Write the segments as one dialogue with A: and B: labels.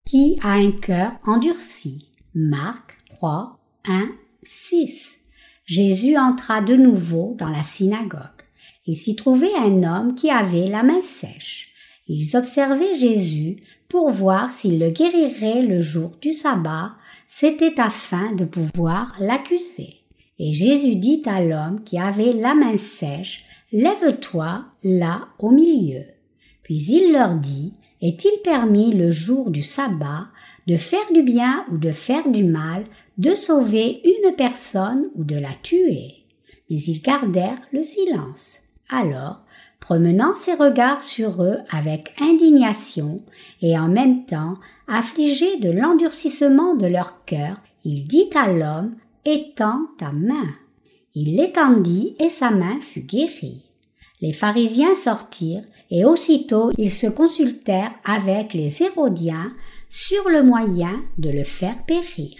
A: qui a un cœur endurci. Marc 3, 1, 6. Jésus entra de nouveau dans la synagogue. Il s'y trouvait un homme qui avait la main sèche. Ils observaient Jésus pour voir s'il le guérirait le jour du sabbat. C'était afin de pouvoir l'accuser. Et Jésus dit à l'homme qui avait la main sèche, « Lève-toi là au milieu. » Puis il leur dit, « Est-il permis le jour du sabbat de faire du bien ou de faire du mal, de sauver une personne ou de la tuer ?» Mais ils gardèrent le silence. Alors, promenant ses regards sur eux avec indignation et en même temps affligé de l'endurcissement de leur cœur, il dit à l'homme, « Étends ta main. » Il l'étendit et sa main fut guérie. Les pharisiens sortirent et aussitôt ils se consultèrent avec les Hérodiens sur le moyen de le faire périr.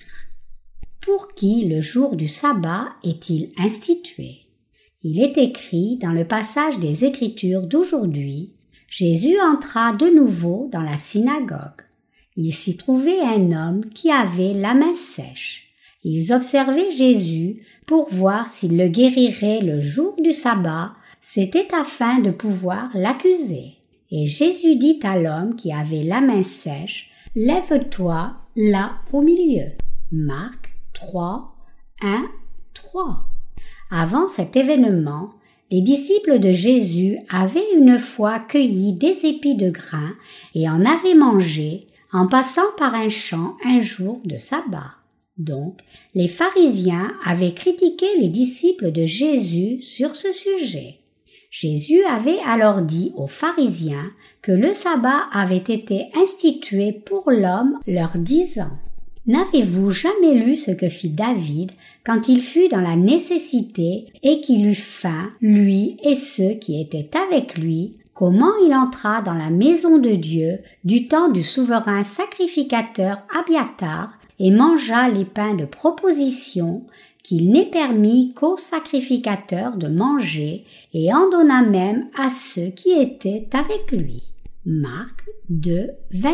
A: Pour qui le jour du sabbat est-il institué? Il est écrit dans le passage des Écritures d'aujourd'hui, « Jésus entra de nouveau dans la synagogue. Il s'y trouvait un homme qui avait la main sèche. Ils observaient Jésus pour voir s'il le guérirait le jour du sabbat. C'était afin de pouvoir l'accuser. Et Jésus dit à l'homme qui avait la main sèche, « Lève-toi là au milieu. » Marc 3, 1, 3. Avant cet événement, les disciples de Jésus avaient une fois cueilli des épis de grain et en avaient mangé en passant par un champ un jour de sabbat. Donc, les pharisiens avaient critiqué les disciples de Jésus sur ce sujet. Jésus avait alors dit aux pharisiens que le sabbat avait été institué pour l'homme, leur disant « N'avez-vous jamais lu ce que fit David quand il fut dans la nécessité et qu'il eut faim, lui et ceux qui étaient avec lui, comment il entra dans la maison de Dieu du temps du souverain sacrificateur Abiatar et mangea les pains de proposition qu'il n'est permis qu'aux sacrificateurs de manger et en donna même à ceux qui étaient avec lui. » Marc 2,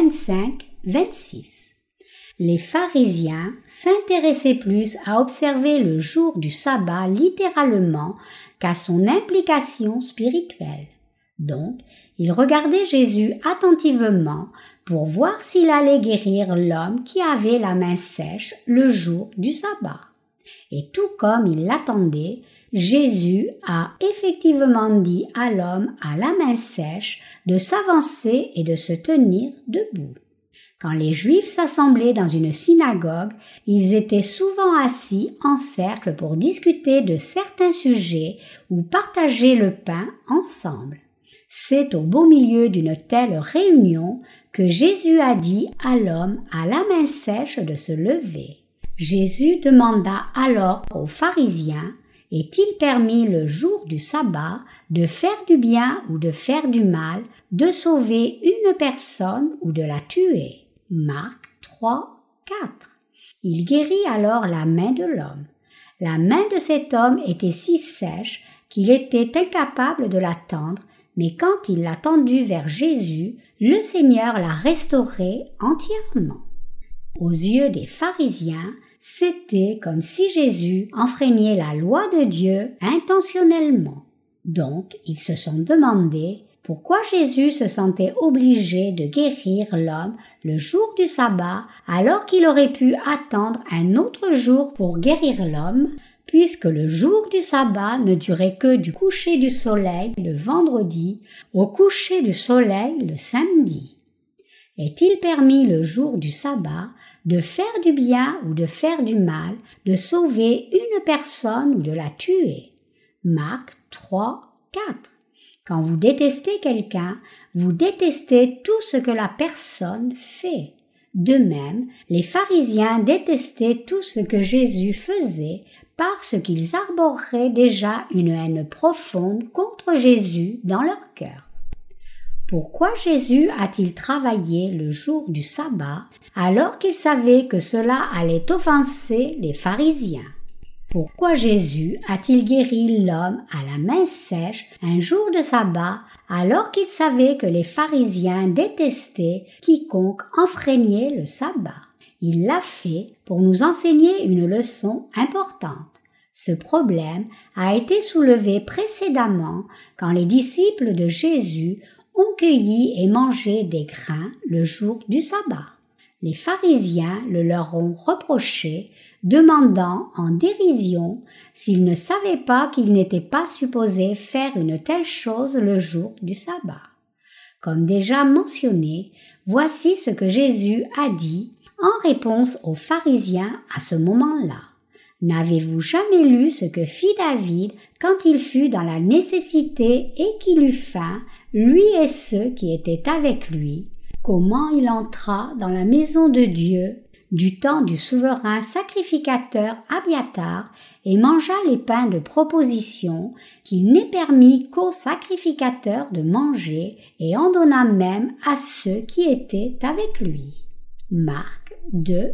A: 25, 26. Les pharisiens s'intéressaient plus à observer le jour du sabbat littéralement qu'à son implication spirituelle. Donc, ils regardaient Jésus attentivement pour voir s'il allait guérir l'homme qui avait la main sèche le jour du sabbat. Et tout comme ils l'attendaient, Jésus a effectivement dit à l'homme à la main sèche de s'avancer et de se tenir debout. Quand les Juifs s'assemblaient dans une synagogue, ils étaient souvent assis en cercle pour discuter de certains sujets ou partager le pain ensemble. C'est au beau milieu d'une telle réunion que Jésus a dit à l'homme à la main sèche de se lever. Jésus demanda alors aux pharisiens, « Est-il permis le jour du sabbat de faire du bien ou de faire du mal, de sauver une personne ou de la tuer ?» Marc 3, 4. Il guérit alors la main de l'homme. La main de cet homme était si sèche qu'il était incapable de la tendre, mais quand il l'a tendue vers Jésus, le Seigneur l'a restaurée entièrement. Aux yeux des pharisiens, c'était comme si Jésus enfreignait la loi de Dieu intentionnellement. Donc, ils se sont demandé pourquoi Jésus se sentait obligé de guérir l'homme le jour du sabbat alors qu'il aurait pu attendre un autre jour pour guérir l'homme, puisque le jour du sabbat ne durait que du coucher du soleil le vendredi au coucher du soleil le samedi. Est-il permis le jour du sabbat de faire du bien ou de faire du mal, de sauver une personne ou de la tuer? Marc 3, 4. Quand vous détestez quelqu'un, vous détestez tout ce que la personne fait. De même, les pharisiens détestaient tout ce que Jésus faisait parce qu'ils arboreraient déjà une haine profonde contre Jésus dans leur cœur. Pourquoi Jésus a-t-il travaillé le jour du sabbat alors qu'il savait que cela allait offenser les pharisiens? Pourquoi Jésus a-t-il guéri l'homme à la main sèche un jour de sabbat alors qu'il savait que les pharisiens détestaient quiconque enfreignait le sabbat. Il l'a fait pour nous enseigner une leçon importante. Ce problème a été soulevé précédemment quand les disciples de Jésus ont cueilli et mangé des grains le jour du sabbat. Les pharisiens le leur ont reproché, demandant en dérision s'ils ne savaient pas qu'ils n'étaient pas supposés faire une telle chose le jour du sabbat. Comme déjà mentionné, voici ce que Jésus a dit en réponse aux pharisiens à ce moment-là. N'avez-vous jamais lu ce que fit David quand il fut dans la nécessité et qu'il eut faim, lui et ceux qui étaient avec lui? Comment il entra dans la maison de Dieu du temps du souverain sacrificateur Abiatar et mangea les pains de proposition qu'il n'est permis qu'aux sacrificateurs de manger et en donna même à ceux qui étaient avec lui. Marc 2,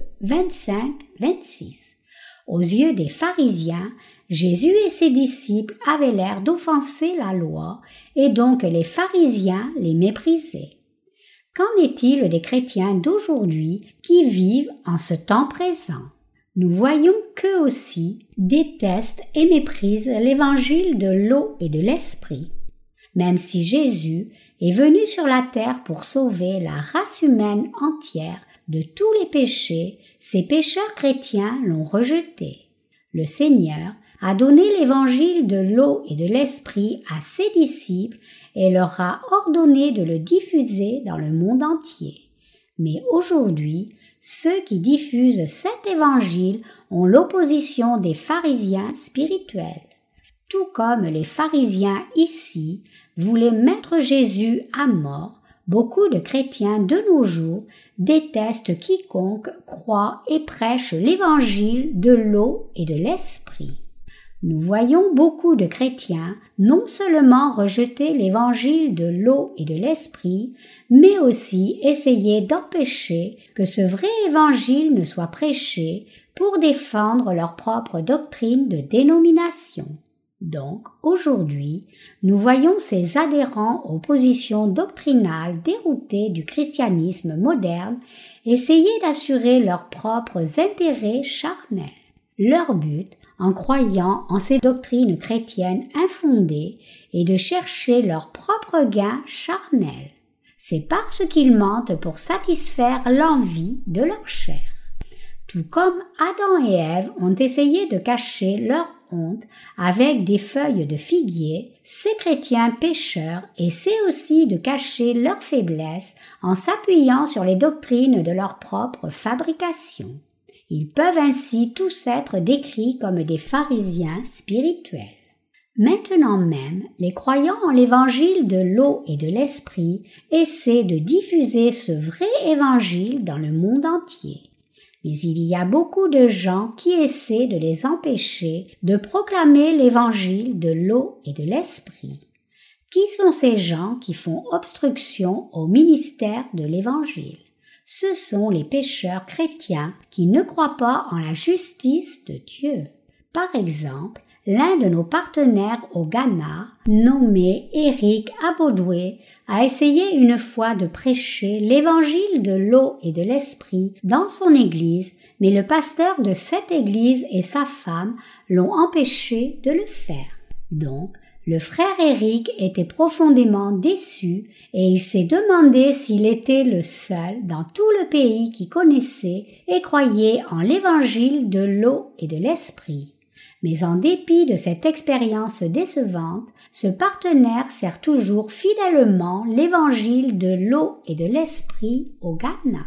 A: 25-26. Aux yeux des pharisiens, Jésus et ses disciples avaient l'air d'offenser la loi et donc les pharisiens les méprisaient. Qu'en est-il des chrétiens d'aujourd'hui qui vivent en ce temps présent? Nous voyons qu'eux aussi détestent et méprisent l'évangile de l'eau et de l'esprit. Même si Jésus est venu sur la terre pour sauver la race humaine entière de tous les péchés, ces pécheurs chrétiens l'ont rejeté. Le Seigneur a donné l'évangile de l'eau et de l'esprit à ses disciples et leur a ordonné de le diffuser dans le monde entier. Mais aujourd'hui, ceux qui diffusent cet évangile ont l'opposition des pharisiens spirituels. Tout comme les pharisiens ici voulaient mettre Jésus à mort, beaucoup de chrétiens de nos jours détestent quiconque croit et prêche l'évangile de l'eau et de l'esprit. Nous voyons beaucoup de chrétiens non seulement rejeter l'évangile de l'eau et de l'esprit, mais aussi essayer d'empêcher que ce vrai évangile ne soit prêché pour défendre leur propre doctrine de dénomination. Donc, aujourd'hui, nous voyons ces adhérents aux positions doctrinales déroutées du christianisme moderne essayer d'assurer leurs propres intérêts charnels. Leur but, en croyant en ces doctrines chrétiennes infondées, est de chercher leur propre gain charnel. C'est parce qu'ils mentent pour satisfaire l'envie de leur chair. Tout comme Adam et Ève ont essayé de cacher leur honte avec des feuilles de figuier, ces chrétiens pécheurs essaient aussi de cacher leur faiblesse en s'appuyant sur les doctrines de leur propre fabrication. Ils peuvent ainsi tous être décrits comme des pharisiens spirituels. Maintenant même, les croyants en l'évangile de l'eau et de l'esprit essaient de diffuser ce vrai évangile dans le monde entier. Mais il y a beaucoup de gens qui essaient de les empêcher de proclamer l'évangile de l'eau et de l'esprit. Qui sont ces gens qui font obstruction au ministère de l'évangile? Ce sont les pécheurs chrétiens qui ne croient pas en la justice de Dieu. Par exemple, l'un de nos partenaires au Ghana, nommé Eric Abodoué, a essayé une fois de prêcher l'évangile de l'eau et de l'esprit dans son église, mais le pasteur de cette église et sa femme l'ont empêché de le faire. Donc, le frère Eric était profondément déçu et il s'est demandé s'il était le seul dans tout le pays qui connaissait et croyait en l'évangile de l'eau et de l'esprit. Mais en dépit de cette expérience décevante, ce partenaire sert toujours fidèlement l'évangile de l'eau et de l'esprit au Ghana.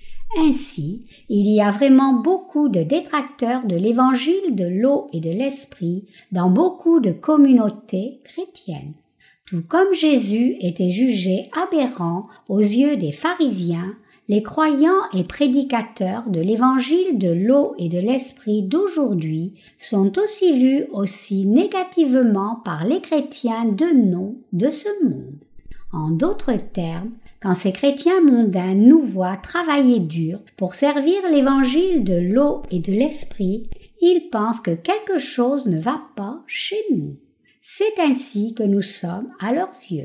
A: Ainsi, il y a vraiment beaucoup de détracteurs de l'évangile de l'eau et de l'esprit dans beaucoup de communautés chrétiennes. Tout comme Jésus était jugé aberrant aux yeux des pharisiens, les croyants et prédicateurs de l'évangile de l'eau et de l'esprit d'aujourd'hui sont aussi vus aussi négativement par les chrétiens de nom de ce monde. En d'autres termes, quand ces chrétiens mondains nous voient travailler dur pour servir l'évangile de l'eau et de l'esprit, ils pensent que quelque chose ne va pas chez nous. C'est ainsi que nous sommes à leurs yeux.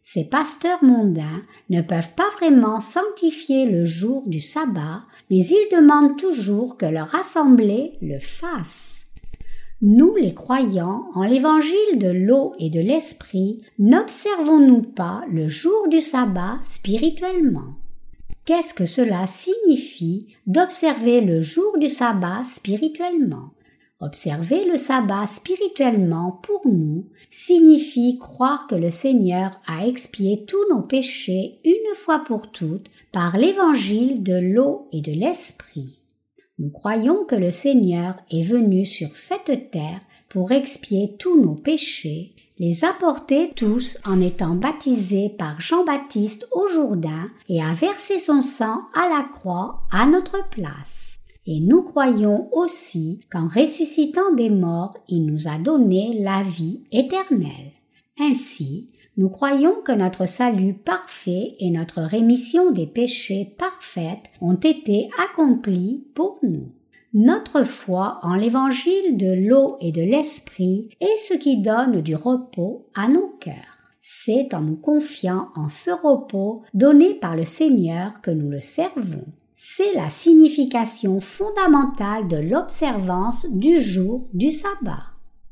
A: Ces pasteurs mondains ne peuvent pas vraiment sanctifier le jour du sabbat, mais ils demandent toujours que leur assemblée le fasse. Nous, les croyants, en l'évangile de l'eau et de l'esprit, n'observons-nous pas le jour du sabbat spirituellement? Qu'est-ce que cela signifie d'observer le jour du sabbat spirituellement? Observer le sabbat spirituellement pour nous signifie croire que le Seigneur a expié tous nos péchés une fois pour toutes par l'évangile de l'eau et de l'esprit. Nous croyons que le Seigneur est venu sur cette terre pour expier tous nos péchés, les apporter tous en étant baptisé par Jean-Baptiste au Jourdain et a versé son sang à la croix à notre place. Et nous croyons aussi qu'en ressuscitant des morts, il nous a donné la vie éternelle. Ainsi, nous croyons que notre salut parfait et notre rémission des péchés parfaite ont été accomplis pour nous. Notre foi en l'évangile de l'eau et de l'esprit est ce qui donne du repos à nos cœurs. C'est en nous confiant en ce repos donné par le Seigneur que nous le servons. C'est la signification fondamentale de l'observance du jour du sabbat.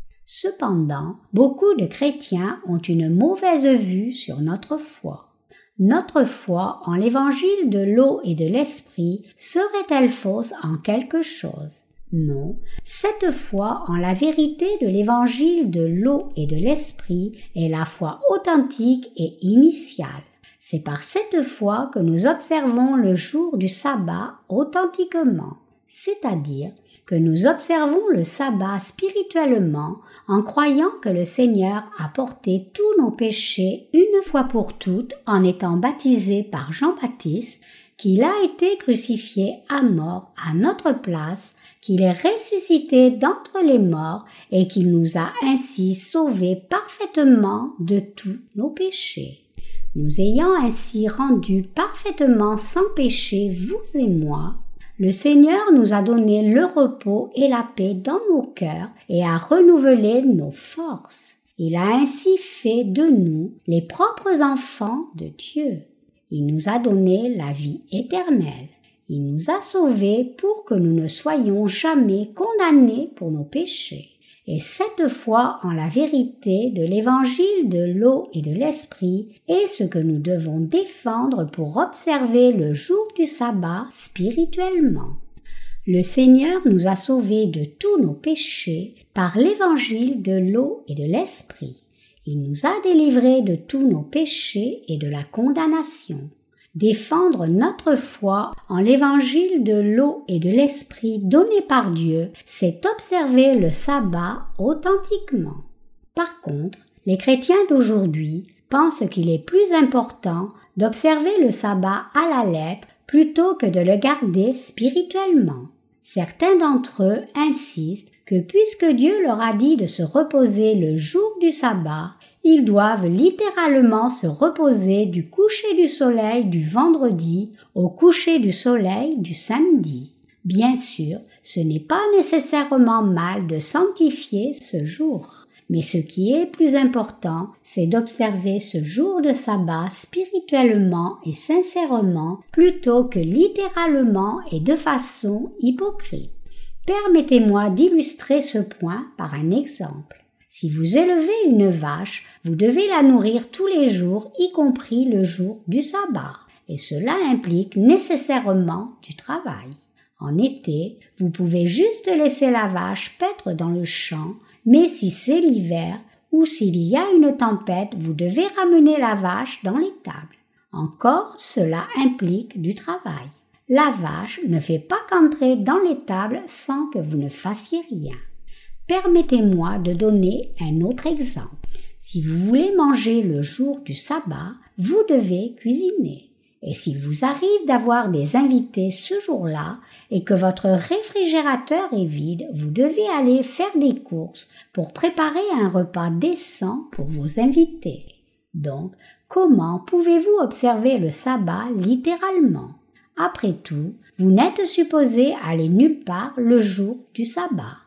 A: Cependant, beaucoup de chrétiens ont une mauvaise vue sur notre foi. Notre foi en l'évangile de l'eau et de l'esprit serait-elle fausse en quelque chose? Non, cette foi en la vérité de l'évangile de l'eau et de l'esprit est la foi authentique et initiale. C'est par cette foi que nous observons le jour du sabbat authentiquement, c'est-à-dire que nous observons le sabbat spirituellement en croyant que le Seigneur a porté tous nos péchés une fois pour toutes en étant baptisé par Jean-Baptiste, qu'il a été crucifié à mort à notre place, qu'il est ressuscité d'entre les morts et qu'il nous a ainsi sauvés parfaitement de tous nos péchés. Nous ayant ainsi rendus parfaitement sans péché, vous et moi, le Seigneur nous a donné le repos et la paix dans nos cœurs et a renouvelé nos forces. Il a ainsi fait de nous les propres enfants de Dieu. Il nous a donné la vie éternelle. Il nous a sauvés pour que nous ne soyons jamais condamnés pour nos péchés. Et cette foi en la vérité de l'évangile de l'eau et de l'esprit est ce que nous devons défendre pour observer le jour du sabbat spirituellement. Le Seigneur nous a sauvés de tous nos péchés par l'évangile de l'eau et de l'esprit. Il nous a délivrés de tous nos péchés et de la condamnation. Défendre notre foi en l'évangile de l'eau et de l'esprit donné par Dieu, c'est observer le sabbat authentiquement. Par contre, les chrétiens d'aujourd'hui pensent qu'il est plus important d'observer le sabbat à la lettre plutôt que de le garder spirituellement. Certains d'entre eux insistent que puisque Dieu leur a dit de se reposer le jour du sabbat, ils doivent littéralement se reposer du coucher du soleil du vendredi au coucher du soleil du samedi. Bien sûr, ce n'est pas nécessairement mal de sanctifier ce jour, mais ce qui est plus important, c'est d'observer ce jour de sabbat spirituellement et sincèrement plutôt que littéralement et de façon hypocrite. Permettez-moi d'illustrer ce point par un exemple. Si vous élevez une vache, vous devez la nourrir tous les jours, y compris le jour du sabbat, et cela implique nécessairement du travail. En été, vous pouvez juste laisser la vache paître dans le champ, mais si c'est l'hiver ou s'il y a une tempête, vous devez ramener la vache dans l'étable. Encore, cela implique du travail. La vache ne fait pas qu'entrer dans l'étable sans que vous ne fassiez rien. Permettez-moi de donner un autre exemple. Si vous voulez manger le jour du sabbat, vous devez cuisiner. Et s'il vous arrive d'avoir des invités ce jour-là et que votre réfrigérateur est vide, vous devez aller faire des courses pour préparer un repas décent pour vos invités. Donc, comment pouvez-vous observer le sabbat littéralement? Après tout, vous n'êtes supposé aller nulle part le jour du sabbat.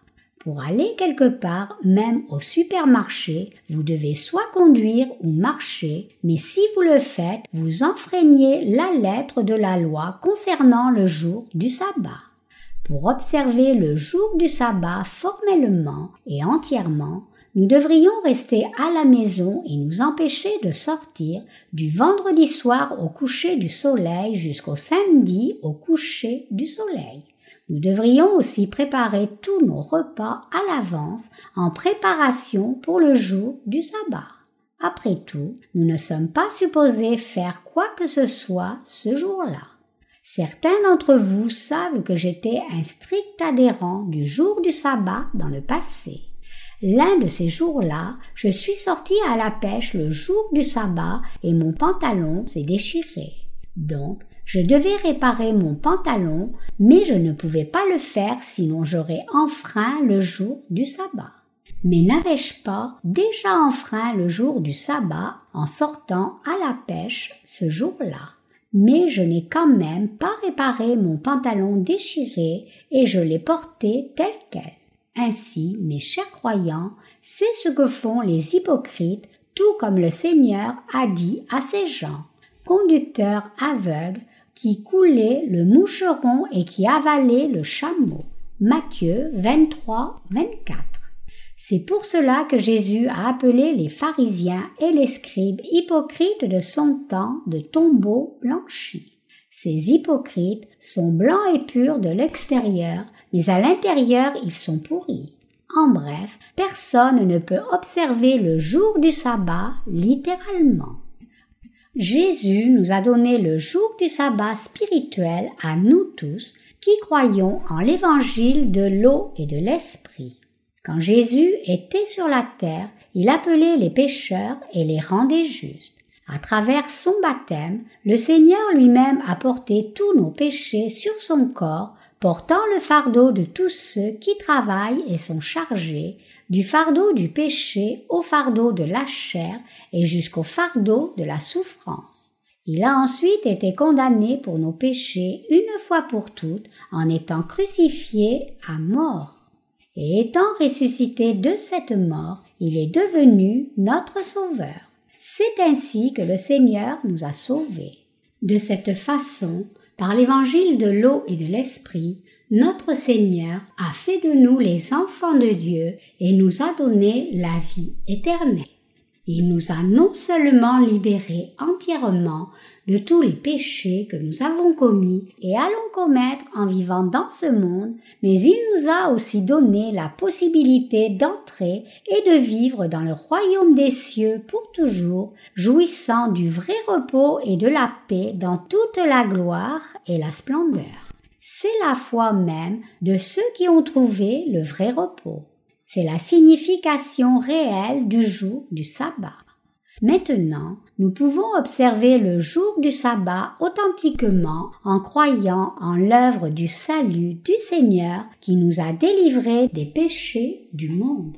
A: Pour aller quelque part, même au supermarché, vous devez soit conduire ou marcher, mais si vous le faites, vous enfreignez la lettre de la loi concernant le jour du sabbat. Pour observer le jour du sabbat formellement et entièrement, nous devrions rester à la maison et nous empêcher de sortir du vendredi soir au coucher du soleil jusqu'au samedi au coucher du soleil. Nous devrions aussi préparer tous nos repas à l'avance en préparation pour le jour du sabbat. Après tout, nous ne sommes pas supposés faire quoi que ce soit ce jour-là. Certains d'entre vous savent que j'étais un strict adhérent du jour du sabbat dans le passé. L'un de ces jours-là, je suis sorti à la pêche le jour du sabbat et mon pantalon s'est déchiré. Donc, je devais réparer mon pantalon, mais je ne pouvais pas le faire sinon j'aurais enfreint le jour du sabbat. Mais n'avais-je pas déjà enfreint le jour du sabbat en sortant à la pêche ce jour-là? Mais je n'ai quand même pas réparé mon pantalon déchiré et je l'ai porté tel quel. Ainsi, mes chers croyants, c'est ce que font les hypocrites, tout comme le Seigneur a dit à ces gens, conducteurs aveugles, qui coulaient le moucheron et qui avalaient le chameau. Matthieu 23, 24. C'est pour cela que Jésus a appelé les pharisiens et les scribes hypocrites de son temps de tombeaux blanchis. Ces hypocrites sont blancs et purs de l'extérieur, mais à l'intérieur ils sont pourris. En bref, personne ne peut observer le jour du sabbat littéralement. Jésus nous a donné le jour du sabbat spirituel à nous tous qui croyons en l'évangile de l'eau et de l'esprit. Quand Jésus était sur la terre, il appelait les pécheurs et les rendait justes. À travers son baptême, le Seigneur lui-même a porté tous nos péchés sur son corps, portant le fardeau de tous ceux qui travaillent et sont chargés, du fardeau du péché au fardeau de la chair et jusqu'au fardeau de la souffrance. Il a ensuite été condamné pour nos péchés une fois pour toutes en étant crucifié à mort. Et étant ressuscité de cette mort, il est devenu notre Sauveur. C'est ainsi que le Seigneur nous a sauvés. De cette façon, par l'évangile de l'eau et de l'esprit, notre Seigneur a fait de nous les enfants de Dieu et nous a donné la vie éternelle. Il nous a non seulement libérés entièrement de tous les péchés que nous avons commis et allons commettre en vivant dans ce monde, mais il nous a aussi donné la possibilité d'entrer et de vivre dans le royaume des cieux pour toujours, jouissant du vrai repos et de la paix dans toute la gloire et la splendeur. C'est la foi même de ceux qui ont trouvé le vrai repos. C'est la signification réelle du jour du sabbat. Maintenant, nous pouvons observer le jour du sabbat authentiquement en croyant en l'œuvre du salut du Seigneur qui nous a délivrés des péchés du monde.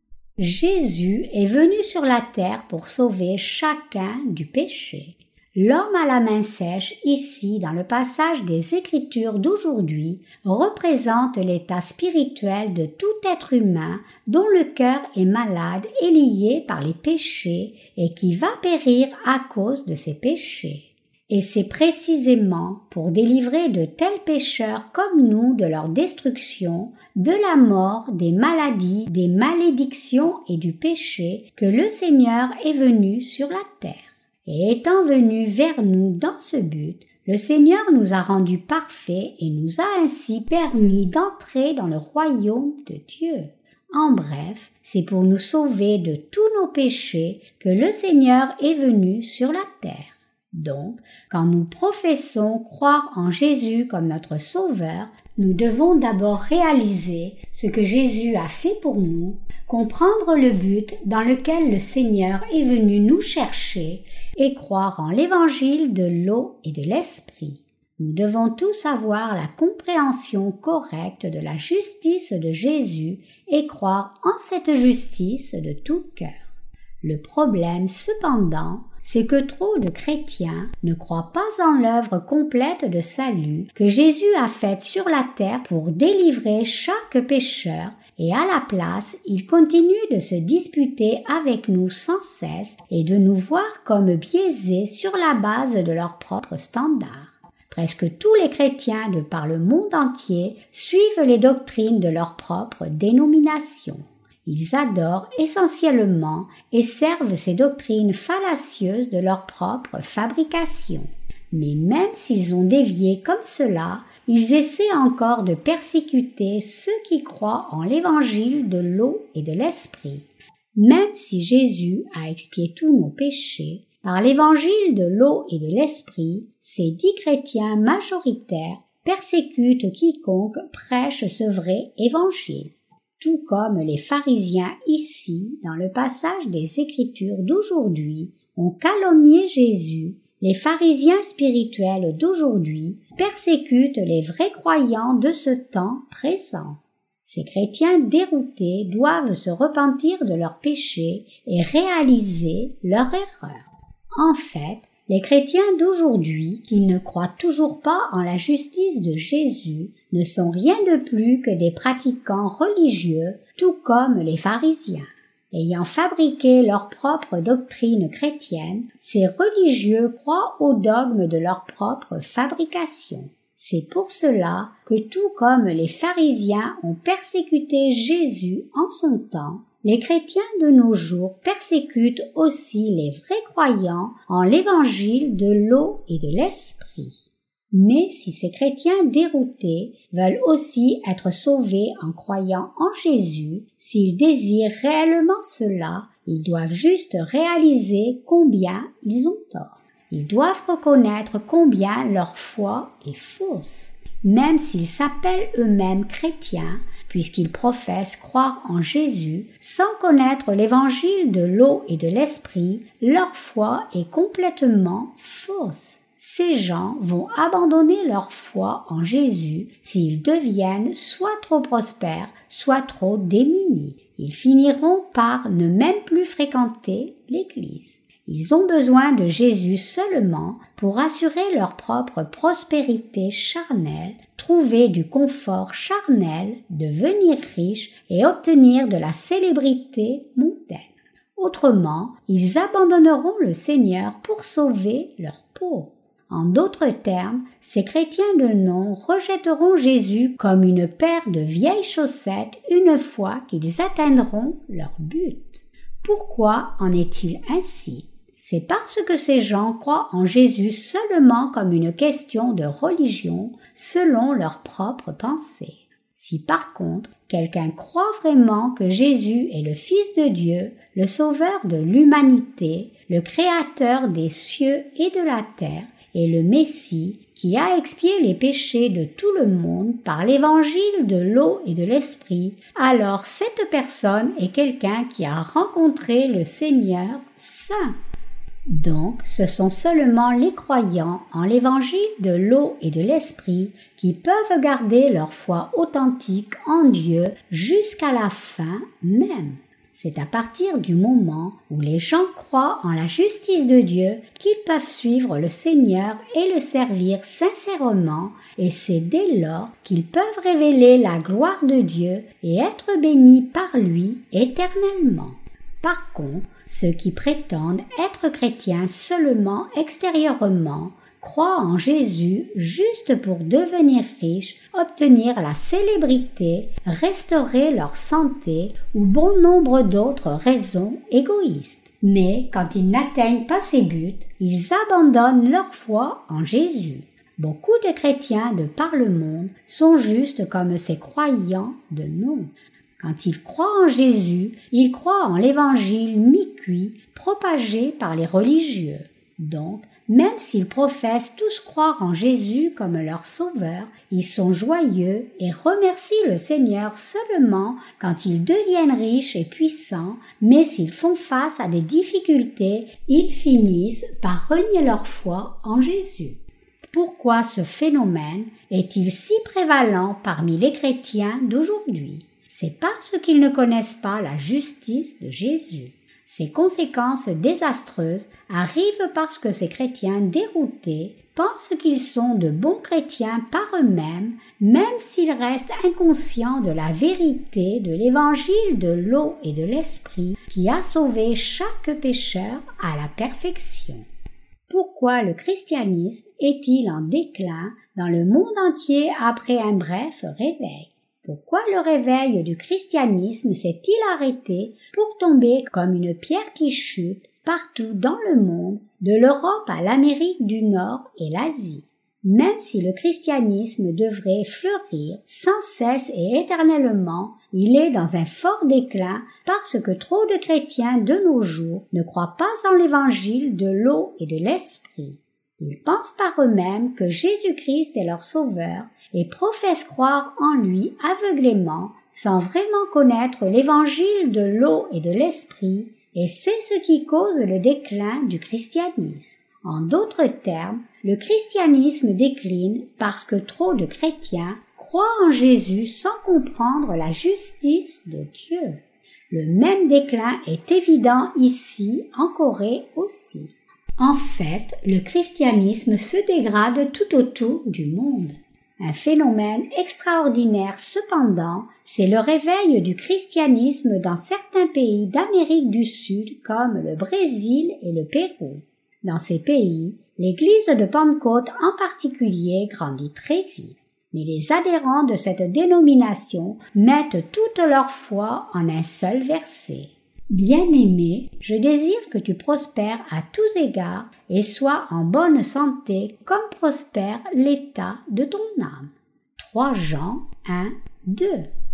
A: Jésus est venu sur la terre pour sauver chacun du péché. L'homme à la main sèche, ici dans le passage des Écritures d'aujourd'hui, représente l'état spirituel de tout être humain dont le cœur est malade et lié par les péchés et qui va périr à cause de ses péchés. Et c'est précisément pour délivrer de tels pécheurs comme nous de leur destruction, de la mort, des maladies, des malédictions et du péché que le Seigneur est venu sur la terre. Et étant venu vers nous dans ce but, le Seigneur nous a rendus parfaits et nous a ainsi permis d'entrer dans le royaume de Dieu. En bref, c'est pour nous sauver de tous nos péchés que le Seigneur est venu sur la terre. Donc, quand nous professons croire en Jésus comme notre Sauveur, nous devons d'abord réaliser ce que Jésus a fait pour nous, comprendre le but dans lequel le Seigneur est venu nous chercher et croire en l'évangile de l'eau et de l'esprit. Nous devons tous avoir la compréhension correcte de la justice de Jésus et croire en cette justice de tout cœur. Le problème, cependant, c'est que trop de chrétiens ne croient pas en l'œuvre complète de salut que Jésus a faite sur la terre pour délivrer chaque pécheur et à la place, ils continuent de se disputer avec nous sans cesse et de nous voir comme biaisés sur la base de leurs propres standards. Presque tous les chrétiens de par le monde entier suivent les doctrines de leur propre dénomination. Ils adorent essentiellement et servent ces doctrines fallacieuses de leur propre fabrication. Mais même s'ils ont dévié comme cela, ils essaient encore de persécuter ceux qui croient en l'évangile de l'eau et de l'esprit. Même si Jésus a expié tous nos péchés, par l'évangile de l'eau et de l'esprit, ces 10 chrétiens majoritaires persécutent quiconque prêche ce vrai évangile. Tout comme les pharisiens ici, dans le passage des Écritures d'aujourd'hui, ont calomnié Jésus, les pharisiens spirituels d'aujourd'hui persécutent les vrais croyants de ce temps présent. Ces chrétiens déroutés doivent se repentir de leurs péchés et réaliser leur erreur. En fait, les chrétiens d'aujourd'hui qui ne croient toujours pas en la justice de Jésus ne sont rien de plus que des pratiquants religieux, tout comme les pharisiens. Ayant fabriqué leur propre doctrine chrétienne, ces religieux croient au dogme de leur propre fabrication. C'est pour cela que tout comme les pharisiens ont persécuté Jésus en son temps, les chrétiens de nos jours persécutent aussi les vrais croyants en l'évangile de l'eau et de l'esprit. Mais si ces chrétiens déroutés veulent aussi être sauvés en croyant en Jésus, s'ils désirent réellement cela, ils doivent juste réaliser combien ils ont tort. Ils doivent reconnaître combien leur foi est fausse. Même s'ils s'appellent eux-mêmes chrétiens, puisqu'ils professent croire en Jésus, sans connaître l'évangile de l'eau et de l'esprit, leur foi est complètement fausse. Ces gens vont abandonner leur foi en Jésus s'ils deviennent soit trop prospères, soit trop démunis. Ils finiront par ne même plus fréquenter l'Église. Ils ont besoin de Jésus seulement pour assurer leur propre prospérité charnelle, trouver du confort charnel, devenir riches et obtenir de la célébrité mondaine. Autrement, ils abandonneront le Seigneur pour sauver leur peau. En d'autres termes, ces chrétiens de nom rejetteront Jésus comme une paire de vieilles chaussettes une fois qu'ils atteindront leur but. Pourquoi en est-il ainsi? C'est parce que ces gens croient en Jésus seulement comme une question de religion selon leur propre pensée. Si par contre, quelqu'un croit vraiment que Jésus est le Fils de Dieu, le Sauveur de l'humanité, le Créateur des cieux et de la terre, et le Messie qui a expié les péchés de tout le monde par l'évangile de l'eau et de l'esprit, alors cette personne est quelqu'un qui a rencontré le Seigneur saint. Donc, ce sont seulement les croyants en l'évangile de l'eau et de l'esprit qui peuvent garder leur foi authentique en Dieu jusqu'à la fin même. C'est à partir du moment où les gens croient en la justice de Dieu qu'ils peuvent suivre le Seigneur et le servir sincèrement, et c'est dès lors qu'ils peuvent révéler la gloire de Dieu et être bénis par lui éternellement. Par contre, ceux qui prétendent être chrétiens seulement extérieurement croient en Jésus juste pour devenir riches, obtenir la célébrité, restaurer leur santé ou bon nombre d'autres raisons égoïstes. Mais quand ils n'atteignent pas ces buts, ils abandonnent leur foi en Jésus. Beaucoup de chrétiens de par le monde sont juste comme ces croyants de nom. Quand ils croient en Jésus, ils croient en l'évangile mi-cuit propagé par les religieux. Donc, même s'ils professent tous croire en Jésus comme leur sauveur, ils sont joyeux et remercient le Seigneur seulement quand ils deviennent riches et puissants, mais s'ils font face à des difficultés, ils finissent par renier leur foi en Jésus. Pourquoi ce phénomène est-il si prévalent parmi les chrétiens d'aujourd'hui? C'est parce qu'ils ne connaissent pas la justice de Jésus. Ces conséquences désastreuses arrivent parce que ces chrétiens déroutés pensent qu'ils sont de bons chrétiens par eux-mêmes, même s'ils restent inconscients de la vérité de l'évangile de l'eau et de l'esprit qui a sauvé chaque pécheur à la perfection. Pourquoi le christianisme est-il en déclin dans le monde entier après un bref réveil? Pourquoi le réveil du christianisme s'est-il arrêté pour tomber comme une pierre qui chute partout dans le monde, de l'Europe à l'Amérique du Nord et l'Asie? Même si le christianisme devrait fleurir sans cesse et éternellement, il est dans un fort déclin parce que trop de chrétiens de nos jours ne croient pas en l'évangile de l'eau et de l'esprit. Ils pensent par eux-mêmes que Jésus-Christ est leur sauveur et professent croire en lui aveuglément sans vraiment connaître l'évangile de l'eau et de l'esprit, et c'est ce qui cause le déclin du christianisme. En d'autres termes, le christianisme décline parce que trop de chrétiens croient en Jésus sans comprendre la justice de Dieu. Le même déclin est évident ici, en Corée aussi. En fait, le christianisme se dégrade tout autour du monde. Un phénomène extraordinaire cependant, c'est le réveil du christianisme dans certains pays d'Amérique du Sud comme le Brésil et le Pérou. Dans ces pays, l'église de Pentecôte en particulier grandit très vite. Mais les adhérents de cette dénomination mettent toute leur foi en un seul verset. Bien-aimé, je désire que tu prospères à tous égards et sois en bonne santé comme prospère l'état de ton âme. 3 Jean 1, 2.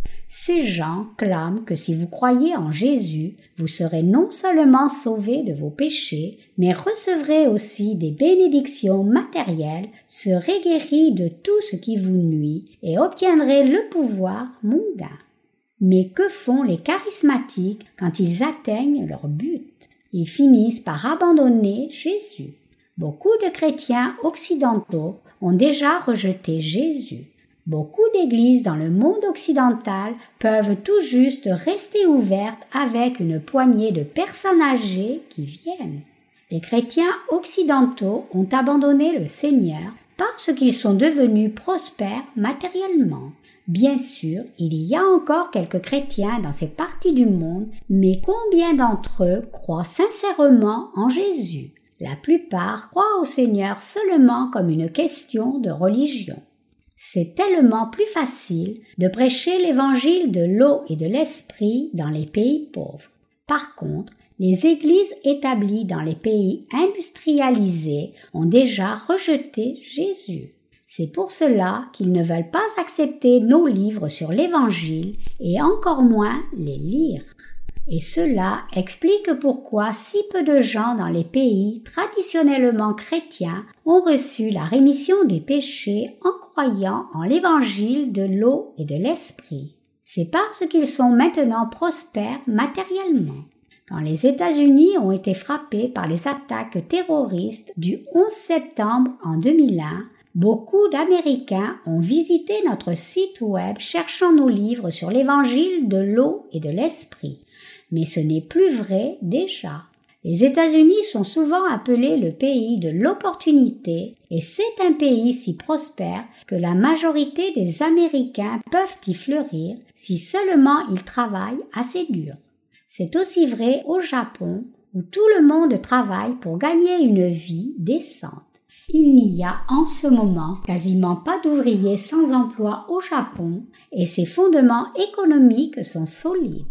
A: Ces gens clament que si vous croyez en Jésus, vous serez non seulement sauvés de vos péchés, mais recevrez aussi des bénédictions matérielles, serez guéris de tout ce qui vous nuit et obtiendrez le pouvoir mondain. Mais que font les charismatiques quand ils atteignent leur but? Ils finissent par abandonner Jésus. Beaucoup de chrétiens occidentaux ont déjà rejeté Jésus. Beaucoup d'églises dans le monde occidental peuvent tout juste rester ouvertes avec une poignée de personnes âgées qui viennent. Les chrétiens occidentaux ont abandonné le Seigneur parce qu'ils sont devenus prospères matériellement. Bien sûr, il y a encore quelques chrétiens dans ces parties du monde, mais combien d'entre eux croient sincèrement en Jésus? La plupart croient au Seigneur seulement comme une question de religion. C'est tellement plus facile de prêcher l'évangile de l'eau et de l'esprit dans les pays pauvres. Par contre, les églises établies dans les pays industrialisés ont déjà rejeté Jésus. C'est pour cela qu'ils ne veulent pas accepter nos livres sur l'Évangile et encore moins les lire. Et cela explique pourquoi si peu de gens dans les pays traditionnellement chrétiens ont reçu la rémission des péchés en croyant en l'Évangile de l'eau et de l'Esprit. C'est parce qu'ils sont maintenant prospères matériellement. Quand les États-Unis ont été frappés par les attaques terroristes du 11 septembre en 2001, beaucoup d'Américains ont visité notre site web cherchant nos livres sur l'évangile de l'eau et de l'esprit. Mais ce n'est plus vrai déjà. Les États-Unis sont souvent appelés le pays de l'opportunité et c'est un pays si prospère que la majorité des Américains peuvent y fleurir si seulement ils travaillent assez dur. C'est aussi vrai au Japon où tout le monde travaille pour gagner une vie décente. Il n'y a en ce moment quasiment pas d'ouvriers sans emploi au Japon et ses fondements économiques sont solides.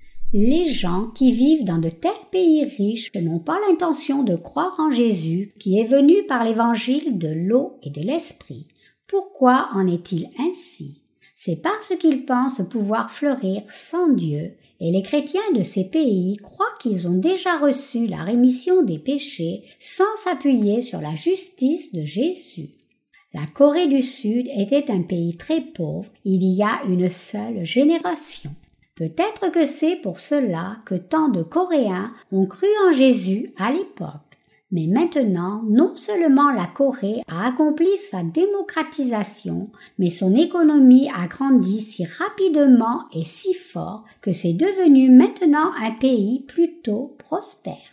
A: Les gens qui vivent dans de tels pays riches n'ont pas l'intention de croire en Jésus qui est venu par l'évangile de l'eau et de l'esprit. Pourquoi en est-il ainsi? C'est parce qu'ils pensent pouvoir fleurir sans Dieu et les chrétiens de ces pays croient qu'ils ont déjà reçu la rémission des péchés sans s'appuyer sur la justice de Jésus. La Corée du Sud était un pays très pauvre il y a une seule génération. Peut-être que c'est pour cela que tant de Coréens ont cru en Jésus à l'époque. Mais maintenant, non seulement la Corée a accompli sa démocratisation, mais son économie a grandi si rapidement et si fort que c'est devenu maintenant un pays plutôt prospère.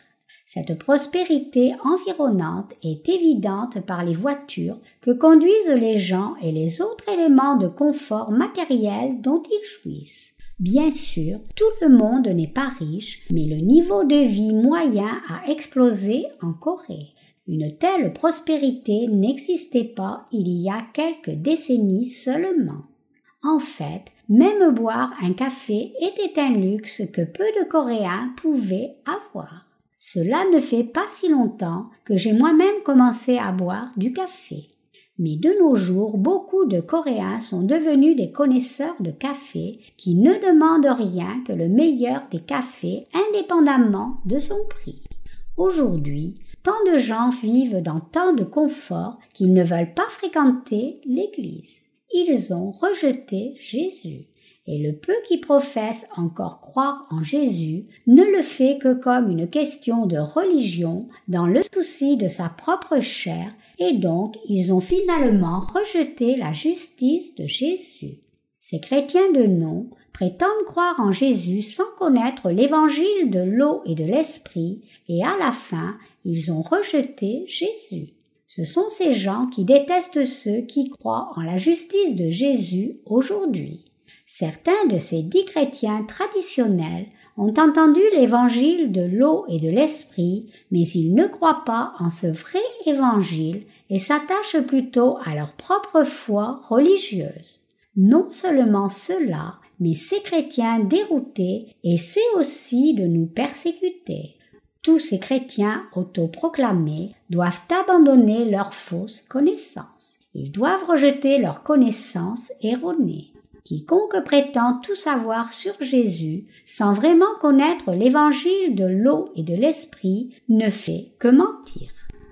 A: Cette prospérité environnante est évidente par les voitures que conduisent les gens et les autres éléments de confort matériel dont ils jouissent. Bien sûr, tout le monde n'est pas riche, mais le niveau de vie moyen a explosé en Corée. Une telle prospérité n'existait pas il y a quelques décennies seulement. En fait, même boire un café était un luxe que peu de Coréens pouvaient avoir. Cela ne fait pas si longtemps que j'ai moi-même commencé à boire du café. Mais de nos jours, beaucoup de Coréens sont devenus des connaisseurs de café qui ne demandent rien que le meilleur des cafés indépendamment de son prix. Aujourd'hui, tant de gens vivent dans tant de confort qu'ils ne veulent pas fréquenter l'Église. Ils ont rejeté Jésus. Et le peu qui professe encore croire en Jésus ne le fait que comme une question de religion dans le souci de sa propre chair et donc ils ont finalement rejeté la justice de Jésus. Ces chrétiens de nom prétendent croire en Jésus sans connaître l'évangile de l'eau et de l'esprit et à la fin ils ont rejeté Jésus. Ce sont ces gens qui détestent ceux qui croient en la justice de Jésus aujourd'hui. Certains de ces 10 chrétiens traditionnels ont entendu l'évangile de l'eau et de l'esprit, mais ils ne croient pas en ce vrai évangile et s'attachent plutôt à leur propre foi religieuse. Non seulement cela, mais ces chrétiens déroutés essaient aussi de nous persécuter. Tous ces chrétiens autoproclamés doivent abandonner leurs fausses connaissances. Ils doivent rejeter leurs connaissances erronées. Quiconque prétend tout savoir sur Jésus sans vraiment connaître l'évangile de l'eau et de l'esprit ne fait que mentir.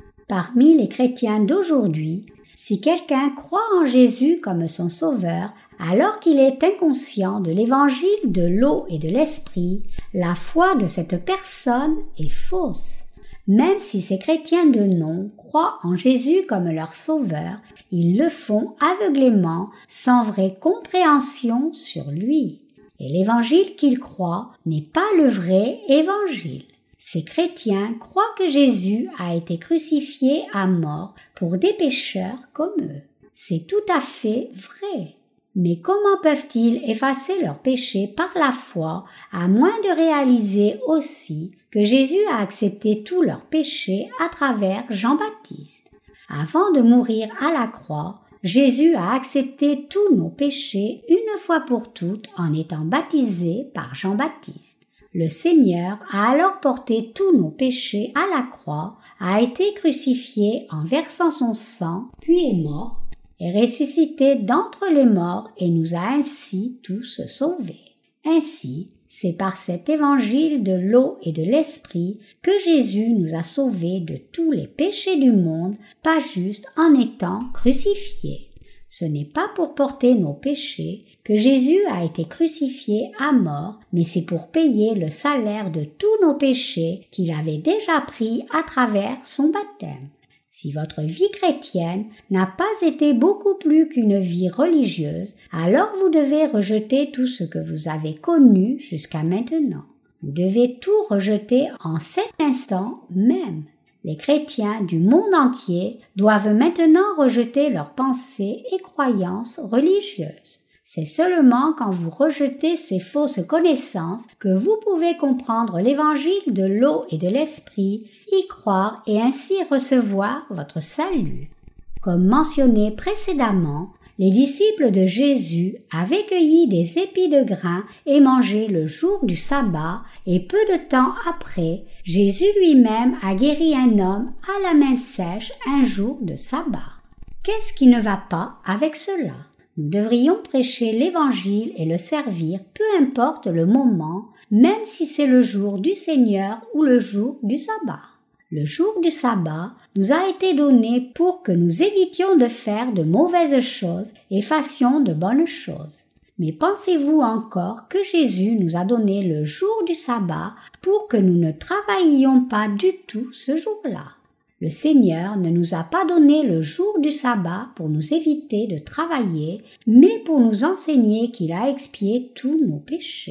A: Parmi les chrétiens d'aujourd'hui, si quelqu'un croit en Jésus comme son sauveur, alors qu'il est inconscient de l'évangile de l'eau et de l'esprit, la foi de cette personne est fausse. Même si ces chrétiens de nom croient en Jésus comme leur sauveur, ils le font aveuglément, sans vraie compréhension sur lui. Et l'évangile qu'ils croient n'est pas le vrai évangile. Ces chrétiens croient que Jésus a été crucifié à mort pour des pécheurs comme eux. C'est tout à fait vrai. Mais comment peuvent-ils effacer leurs péchés par la foi, à moins de réaliser aussi que Jésus a accepté tous leurs péchés à travers Jean-Baptiste? Avant de mourir à la croix, Jésus a accepté tous nos péchés une fois pour toutes en étant baptisé par Jean-Baptiste. Le Seigneur a alors porté tous nos péchés à la croix, a été crucifié en versant son sang, puis est mort, est ressuscité d'entre les morts et nous a ainsi tous sauvés. Ainsi, c'est par cet évangile de l'eau et de l'esprit que Jésus nous a sauvés de tous les péchés du monde, pas juste en étant crucifié. Ce n'est pas pour porter nos péchés que Jésus a été crucifié à mort, mais c'est pour payer le salaire de tous nos péchés qu'il avait déjà pris à travers son baptême. Si votre vie chrétienne n'a pas été beaucoup plus qu'une vie religieuse, alors vous devez rejeter tout ce que vous avez connu jusqu'à maintenant. Vous devez tout rejeter en cet instant même. Les chrétiens du monde entier doivent maintenant rejeter leurs pensées et croyances religieuses. C'est seulement quand vous rejetez ces fausses connaissances que vous pouvez comprendre l'évangile de l'eau et de l'esprit, y croire et ainsi recevoir votre salut. Comme mentionné précédemment, les disciples de Jésus avaient cueilli des épis de grain et mangé le jour du sabbat, et peu de temps après, Jésus lui-même a guéri un homme à la main sèche un jour de sabbat. Qu'est-ce qui ne va pas avec cela? Nous devrions prêcher l'Évangile et le servir, peu importe le moment, même si c'est le jour du Seigneur ou le jour du sabbat. Le jour du sabbat nous a été donné pour que nous évitions de faire de mauvaises choses et fassions de bonnes choses. Mais pensez-vous encore que Jésus nous a donné le jour du sabbat pour que nous ne travaillions pas du tout ce jour-là? Le Seigneur ne nous a pas donné le jour du sabbat pour nous éviter de travailler, mais pour nous enseigner qu'il a expié tous nos péchés.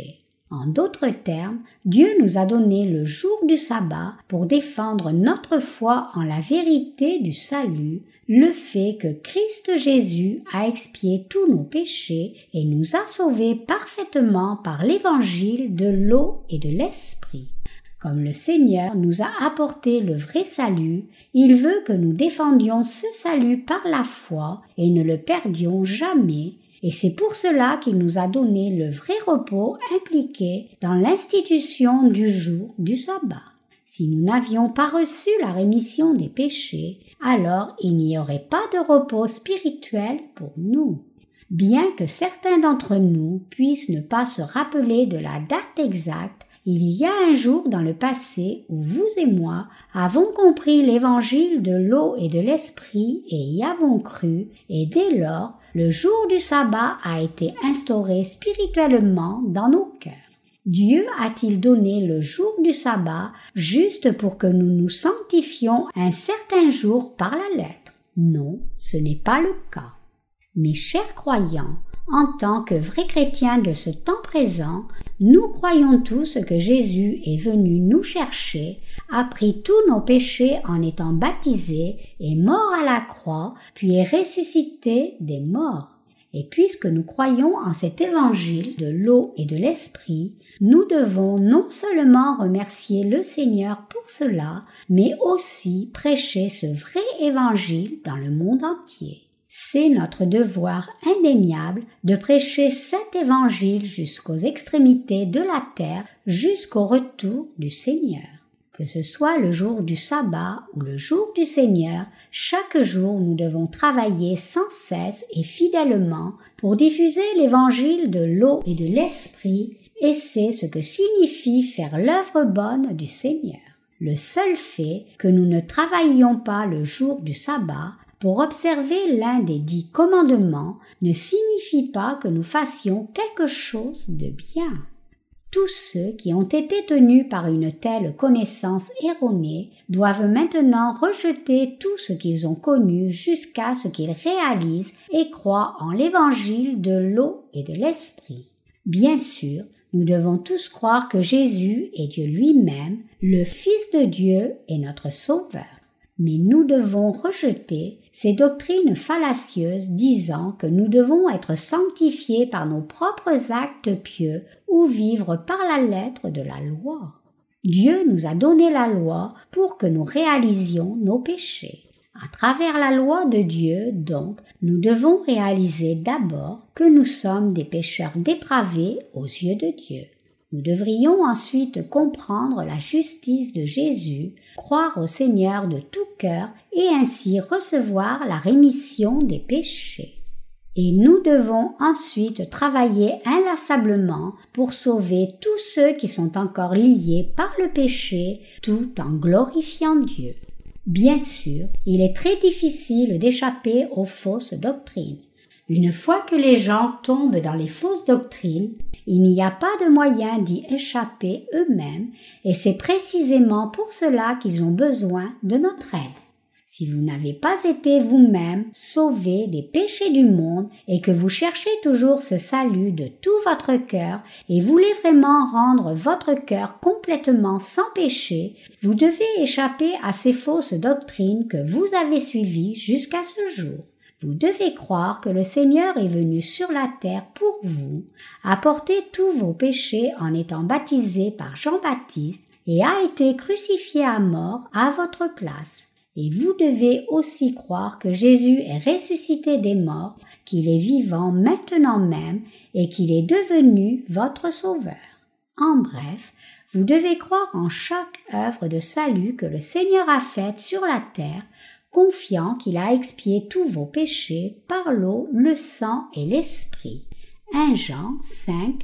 A: En d'autres termes, Dieu nous a donné le jour du sabbat pour défendre notre foi en la vérité du salut, le fait que Christ Jésus a expié tous nos péchés et nous a sauvés parfaitement par l'évangile de l'eau et de l'esprit. Comme le Seigneur nous a apporté le vrai salut, il veut que nous défendions ce salut par la foi et ne le perdions jamais, et c'est pour cela qu'il nous a donné le vrai repos impliqué dans l'institution du jour du sabbat. Si nous n'avions pas reçu la rémission des péchés, alors il n'y aurait pas de repos spirituel pour nous. Bien que certains d'entre nous puissent ne pas se rappeler de la date exacte, il y a un jour dans le passé où vous et moi avons compris l'évangile de l'eau et de l'esprit et y avons cru, et dès lors, le jour du sabbat a été instauré spirituellement dans nos cœurs. Dieu a-t-il donné le jour du sabbat juste pour que nous nous sanctifions un certain jour par la lettre? Non, ce n'est pas le cas. Mes chers croyants, en tant que vrais chrétiens de ce temps présent, nous croyons tous que Jésus est venu nous chercher, a pris tous nos péchés en étant baptisé, est mort à la croix, puis est ressuscité des morts. Et puisque nous croyons en cet évangile de l'eau et de l'esprit, nous devons non seulement remercier le Seigneur pour cela, mais aussi prêcher ce vrai évangile dans le monde entier. C'est notre devoir indéniable de prêcher cet évangile jusqu'aux extrémités de la terre, jusqu'au retour du Seigneur. Que ce soit le jour du sabbat ou le jour du Seigneur, chaque jour nous devons travailler sans cesse et fidèlement pour diffuser l'évangile de l'eau et de l'esprit, et c'est ce que signifie faire l'œuvre bonne du Seigneur. Le seul fait que nous ne travaillions pas le jour du sabbat pour observer l'un des 10 commandements ne signifie pas que nous fassions quelque chose de bien. Tous ceux qui ont été tenus par une telle connaissance erronée doivent maintenant rejeter tout ce qu'ils ont connu jusqu'à ce qu'ils réalisent et croient en l'évangile de l'eau et de l'esprit. Bien sûr, nous devons tous croire que Jésus est Dieu lui-même, le Fils de Dieu et notre Sauveur. Mais nous devons rejeter ces doctrines fallacieuses disant que nous devons être sanctifiés par nos propres actes pieux ou vivre par la lettre de la loi. Dieu nous a donné la loi pour que nous réalisions nos péchés. À travers la loi de Dieu, donc, nous devons réaliser d'abord que nous sommes des pécheurs dépravés aux yeux de Dieu. Nous devrions ensuite comprendre la justice de Jésus, croire au Seigneur de tout cœur et ainsi recevoir la rémission des péchés. Et nous devons ensuite travailler inlassablement pour sauver tous ceux qui sont encore liés par le péché tout en glorifiant Dieu. Bien sûr, il est très difficile d'échapper aux fausses doctrines. Une fois que les gens tombent dans les fausses doctrines, il n'y a pas de moyen d'y échapper eux-mêmes et c'est précisément pour cela qu'ils ont besoin de notre aide. Si vous n'avez pas été vous-même sauvés des péchés du monde et que vous cherchez toujours ce salut de tout votre cœur et voulez vraiment rendre votre cœur complètement sans péché, vous devez échapper à ces fausses doctrines que vous avez suivies jusqu'à ce jour. Vous devez croire que le Seigneur est venu sur la terre pour vous, a porté tous vos péchés en étant baptisé par Jean-Baptiste et a été crucifié à mort à votre place. Et vous devez aussi croire que Jésus est ressuscité des morts, qu'il est vivant maintenant même et qu'il est devenu votre sauveur. En bref, vous devez croire en chaque œuvre de salut que le Seigneur a faite sur la terre, confiant qu'il a expié tous vos péchés par l'eau, le sang et l'esprit. 1 Jean 5,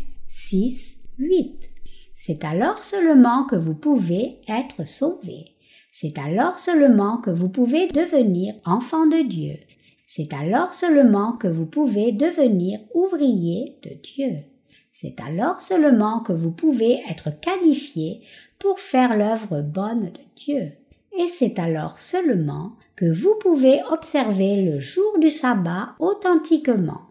A: 6, 8. C'est alors seulement que vous pouvez être sauvés. C'est alors seulement que vous pouvez devenir enfant de Dieu. C'est alors seulement que vous pouvez devenir ouvrier de Dieu. C'est alors seulement que vous pouvez être qualifié pour faire l'œuvre bonne de Dieu. Et c'est alors seulement que vous pouvez observer le jour du sabbat authentiquement.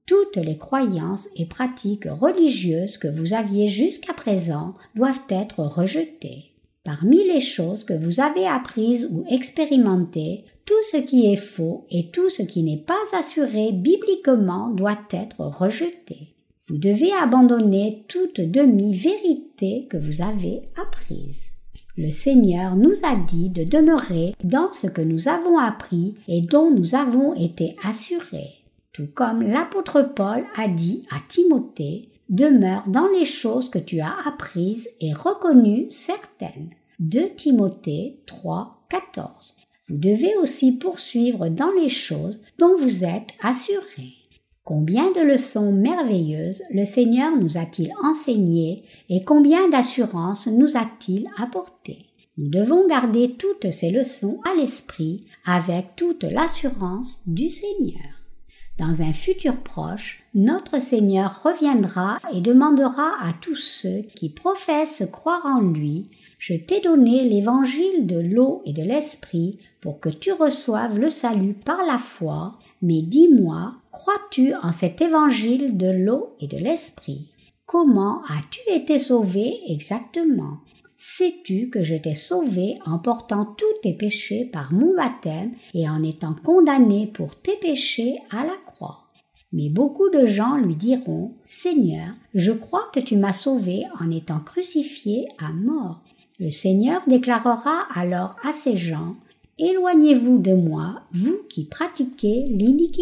A: Toutes les croyances et pratiques religieuses que vous aviez jusqu'à présent doivent être rejetées. Parmi les choses que vous avez apprises ou expérimentées, tout ce qui est faux et tout ce qui n'est pas assuré bibliquement doit être rejeté. Vous devez abandonner toute demi-vérité que vous avez apprise. Le Seigneur nous a dit de demeurer dans ce que nous avons appris et dont nous avons été assurés. Tout comme l'apôtre Paul a dit à Timothée, « Demeure dans les choses que tu as apprises et reconnues certaines. » 2 Timothée 3, 14. Vous devez aussi poursuivre dans les choses dont vous êtes assurés. Combien de leçons merveilleuses le Seigneur nous a-t-il enseignées et combien d'assurances nous a-t-il apportées? Nous devons garder toutes ces leçons à l'esprit avec toute l'assurance du Seigneur. Dans un futur proche, notre Seigneur reviendra et demandera à tous ceux qui professent croire en lui « Je t'ai donné l'évangile de l'eau et de l'esprit pour que tu reçoives le salut par la foi, mais dis-moi, crois-tu en cet évangile de l'eau et de l'esprit? Comment as-tu été sauvé exactement? Sais-tu que je t'ai sauvé en portant tous tes péchés par mon baptême et en étant condamné pour tes péchés à la croix? Mais beaucoup de gens lui diront, « Seigneur, je crois que tu m'as sauvé en étant crucifié à mort. » Le Seigneur déclarera alors à ces gens, « Éloignez-vous de moi, vous qui pratiquez l'iniquité. »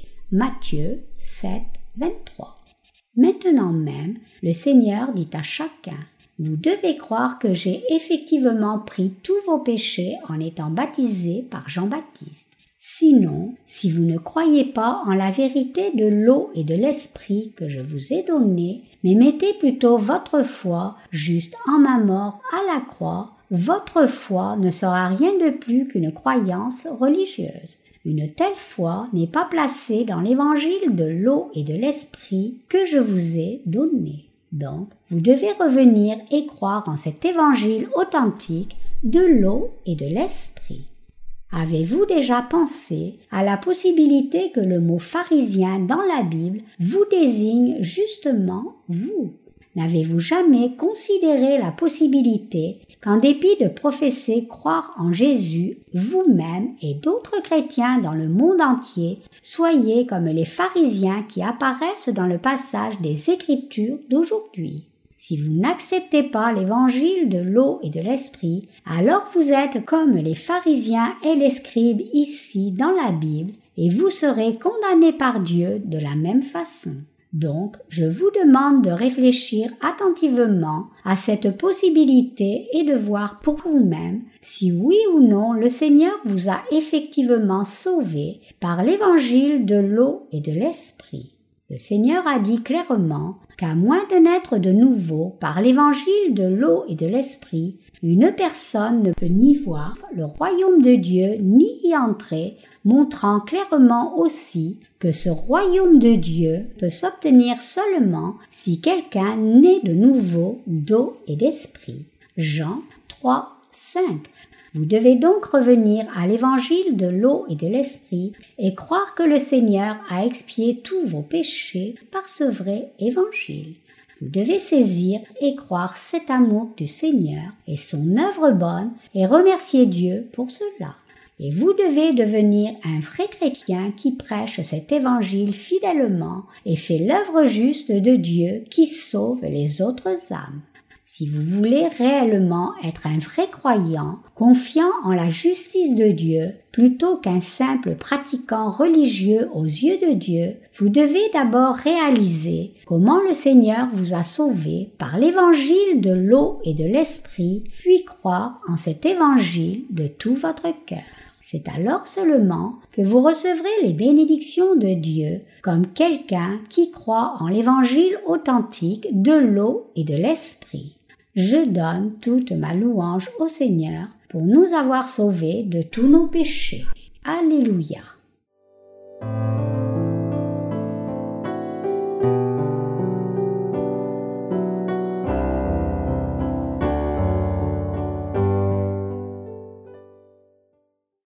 A: Matthieu 7, 23. Maintenant même, le Seigneur dit à chacun, « Vous devez croire que j'ai effectivement pris tous vos péchés en étant baptisé par Jean-Baptiste. Sinon, si vous ne croyez pas en la vérité de l'eau et de l'esprit que je vous ai donnée, mais mettez plutôt votre foi juste en ma mort à la croix, votre foi ne sera rien de plus qu'une croyance religieuse. Une telle foi n'est pas placée dans l'évangile de l'eau et de l'esprit que je vous ai donné. Donc, vous devez revenir et croire en cet évangile authentique de l'eau et de l'esprit. Avez-vous déjà pensé à la possibilité que le mot pharisien dans la Bible vous désigne justement vous? N'avez-vous jamais considéré la possibilité qu'en dépit de professer croire en Jésus, vous-même et d'autres chrétiens dans le monde entier soyez comme les pharisiens qui apparaissent dans le passage des Écritures d'aujourd'hui? Si vous n'acceptez pas l'évangile de l'eau et de l'esprit, alors vous êtes comme les pharisiens et les scribes ici dans la Bible et vous serez condamnés par Dieu de la même façon. Donc, je vous demande de réfléchir attentivement à cette possibilité et de voir pour vous-même si oui ou non le Seigneur vous a effectivement sauvé par l'évangile de l'eau et de l'esprit. Le Seigneur a dit clairement qu'à moins de naître de nouveau par l'évangile de l'eau et de l'esprit, une personne ne peut ni voir le royaume de Dieu ni y entrer, montrant clairement aussi que ce royaume de Dieu peut s'obtenir seulement si quelqu'un naît de nouveau d'eau et d'esprit. Jean 3, 5. Vous devez donc revenir à l'évangile de l'eau et de l'esprit et croire que le Seigneur a expié tous vos péchés par ce vrai évangile. Vous devez saisir et croire cet amour du Seigneur et son œuvre bonne et remercier Dieu pour cela. Et vous devez devenir un vrai chrétien qui prêche cet évangile fidèlement et fait l'œuvre juste de Dieu qui sauve les autres âmes. Si vous voulez réellement être un vrai croyant, confiant en la justice de Dieu, plutôt qu'un simple pratiquant religieux aux yeux de Dieu, vous devez d'abord réaliser comment le Seigneur vous a sauvé par l'évangile de l'eau et de l'esprit, puis croire en cet évangile de tout votre cœur. C'est alors seulement que vous recevrez les bénédictions de Dieu comme quelqu'un qui croit en l'évangile authentique de l'eau et de l'esprit. Je donne toute ma louange au Seigneur pour nous avoir sauvés de tous nos péchés. Alléluia.